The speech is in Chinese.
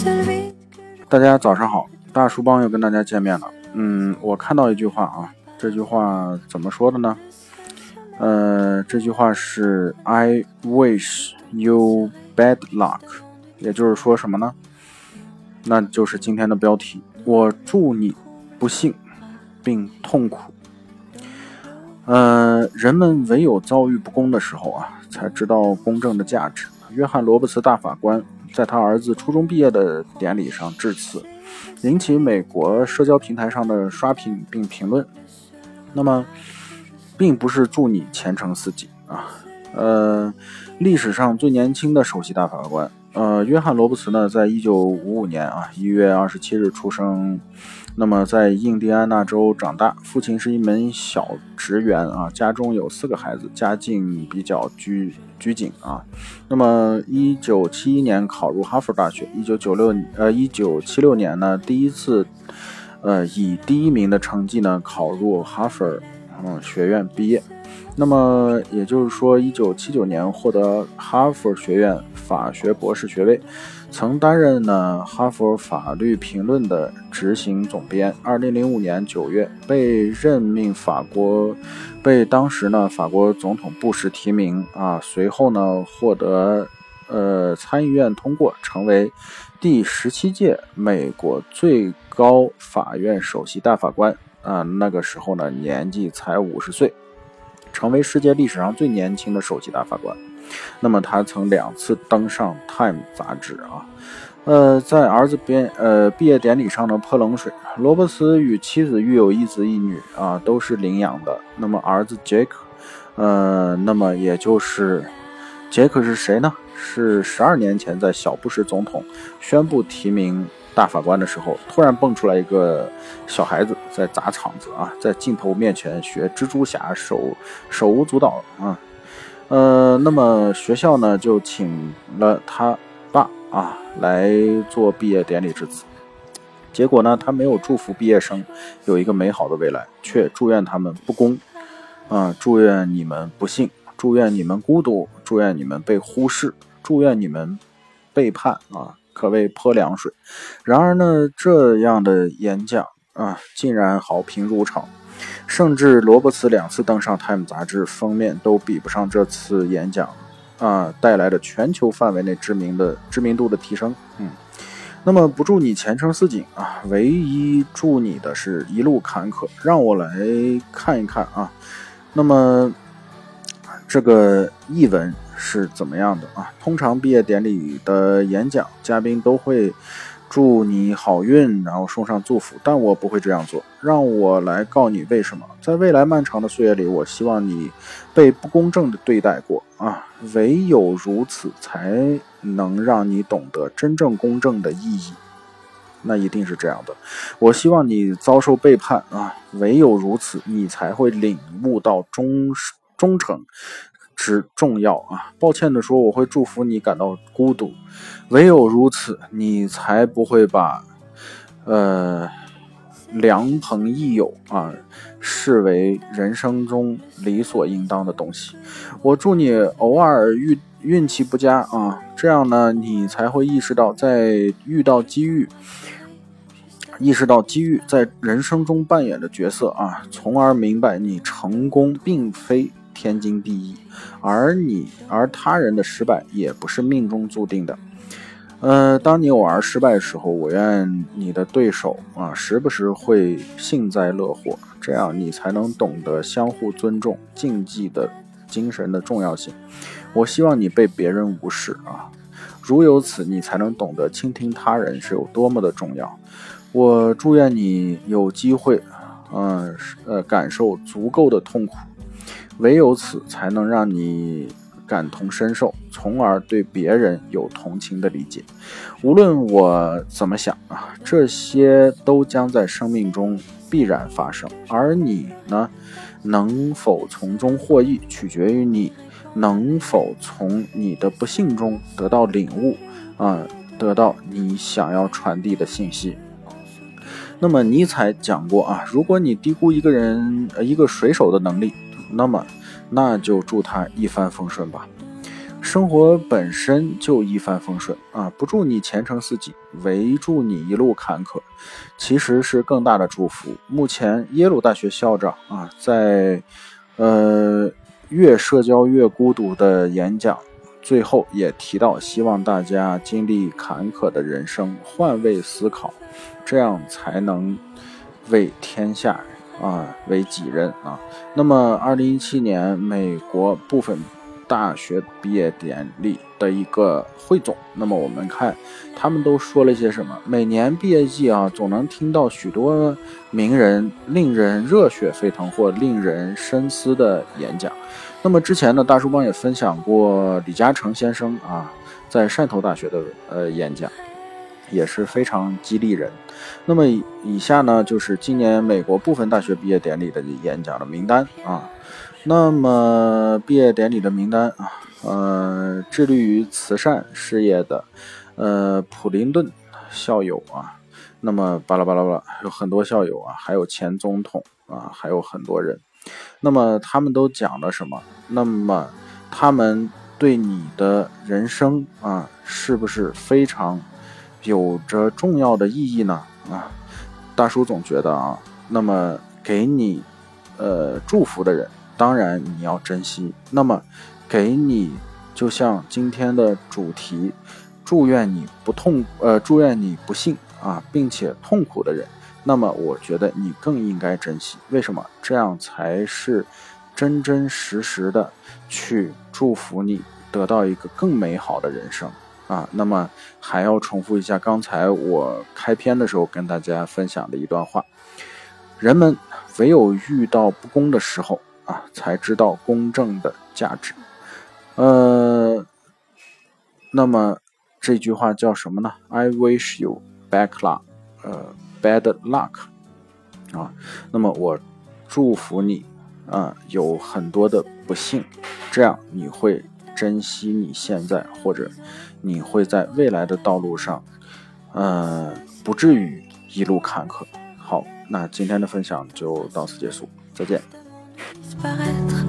大家早上好，大叔帮又跟大家见面了。我看到一句话啊，这句话怎么说的呢？这句话是 I wish you bad luck， 也就是说什么呢？那就是今天的标题，我祝你不幸并痛苦。人们唯有遭遇不公的时候啊，才知道公正的价值。约翰·罗伯茨大法官在他儿子初中毕业的典礼上致辞，引起美国社交平台上的刷屏并评论。那么并不是祝你前程似锦啊。历史上最年轻的首席大法官约翰·罗伯茨呢，在1955年1月27日出生。那么在印第安纳州长大，父亲是一名小职员家中有4个孩子，家境比较拘谨啊。那么1971年考入哈佛大学，1976年呢第一次以第1名的成绩呢考入哈佛学院毕业。那么也就是说1979年获得哈佛学院法学博士学位，曾担任呢哈佛法律评论的执行总编。2005年9月被任命被当时呢法国总统布什提名随后呢获得参议院通过，成为第17届美国最高法院首席大法官那个时候呢年纪才50岁，成为世界历史上最年轻的首席大法官。那么他曾2次登上 Time 杂志在儿子毕业典礼上呢泼冷水。罗伯茨与妻子育有1子1女都是领养的。那么儿子杰克那么也就是杰克是谁呢？是12年前在小布什总统宣布提名大法官的时候，突然蹦出来一个小孩子在砸场子在镜头面前学蜘蛛侠手舞足蹈那么学校呢就请了他爸来做毕业典礼致辞。结果呢他没有祝福毕业生有一个美好的未来，却祝愿他们不公祝愿你们不幸，祝愿你们孤独，祝愿你们被忽视，祝愿你们背叛可谓泼凉水。然而呢这样的演讲竟然好评如潮，甚至罗伯茨2次登上 Time 杂志封面都比不上这次演讲带来的全球范围内知名度的提升。那么不祝你前程似锦唯一祝你的是一路坎坷。让我来看一看那么这个译文是怎么样的通常毕业典礼的演讲，嘉宾都会祝你好运，然后送上祝福，但我不会这样做。让我来告你为什么。在未来漫长的岁月里，我希望你被不公正的对待过唯有如此才能让你懂得真正公正的意义。那一定是这样的。我希望你遭受背叛唯有如此你才会领悟到忠诚之重要抱歉的说，我会祝福你感到孤独，唯有如此你才不会把良朋益友视为人生中理所应当的东西。我祝你偶尔运气不佳这样呢你才会意识到机遇在人生中扮演的角色从而明白你成功并非天经地义，而他人的失败也不是命中注定的。当你偶尔失败的时候，我愿你的对手时不时会幸灾乐祸，这样你才能懂得相互尊重、竞技的精神的重要性。我希望你被别人无视如有此，你才能懂得倾听他人是有多么的重要。我祝愿你有机会感受足够的痛苦，唯有此才能让你感同身受，从而对别人有同情的理解。无论我怎么想这些都将在生命中必然发生，而你呢能否从中获益，取决于你能否从你的不幸中得到领悟得到你想要传递的信息。那么尼采讲过如果你低估一个水手的能力，那就祝他一帆风顺吧。 生活本身就一帆风顺啊，不祝你前程似锦，唯祝你一路坎坷，其实是更大的祝福。目前耶鲁大学校长啊，在越社交越孤独的演讲最后也提到，希望大家经历坎坷的人生，换位思考，这样才能为天下为己任啊。那么2017年美国部分大学毕业典礼的一个汇总，那么我们看他们都说了些什么。每年毕业季啊，总能听到许多名人令人热血沸腾或令人深思的演讲。那么之前呢，大叔帮也分享过李嘉诚先生啊在汕头大学的演讲，也是非常激励人。那么以下呢，就是今年美国部分大学毕业典礼的演讲的名单啊。那么毕业典礼的名单啊，致力于慈善事业的普林顿校友啊，那么巴拉巴拉巴拉有很多校友啊，还有前总统啊，还有很多人。那么他们都讲了什么？那么他们对你的人生啊，是不是非常有着重要的意义呢？大叔总觉得啊，那么给你祝福的人，当然你要珍惜。那么给你就像今天的主题，祝愿你不幸啊，并且痛苦的人，那么我觉得你更应该珍惜。为什么？这样才是真真实实的去祝福你得到一个更美好的人生啊。那么还要重复一下刚才我开篇的时候跟大家分享的一段话：人们唯有遇到不公的时候啊，才知道公正的价值。那么这句话叫什么呢？ I wish you bad luck 啊。那么我祝福你有很多的不幸，这样你会珍惜你现在，或者你会在未来的道路上不至于一路坎坷。好，那今天的分享就到此结束，再见。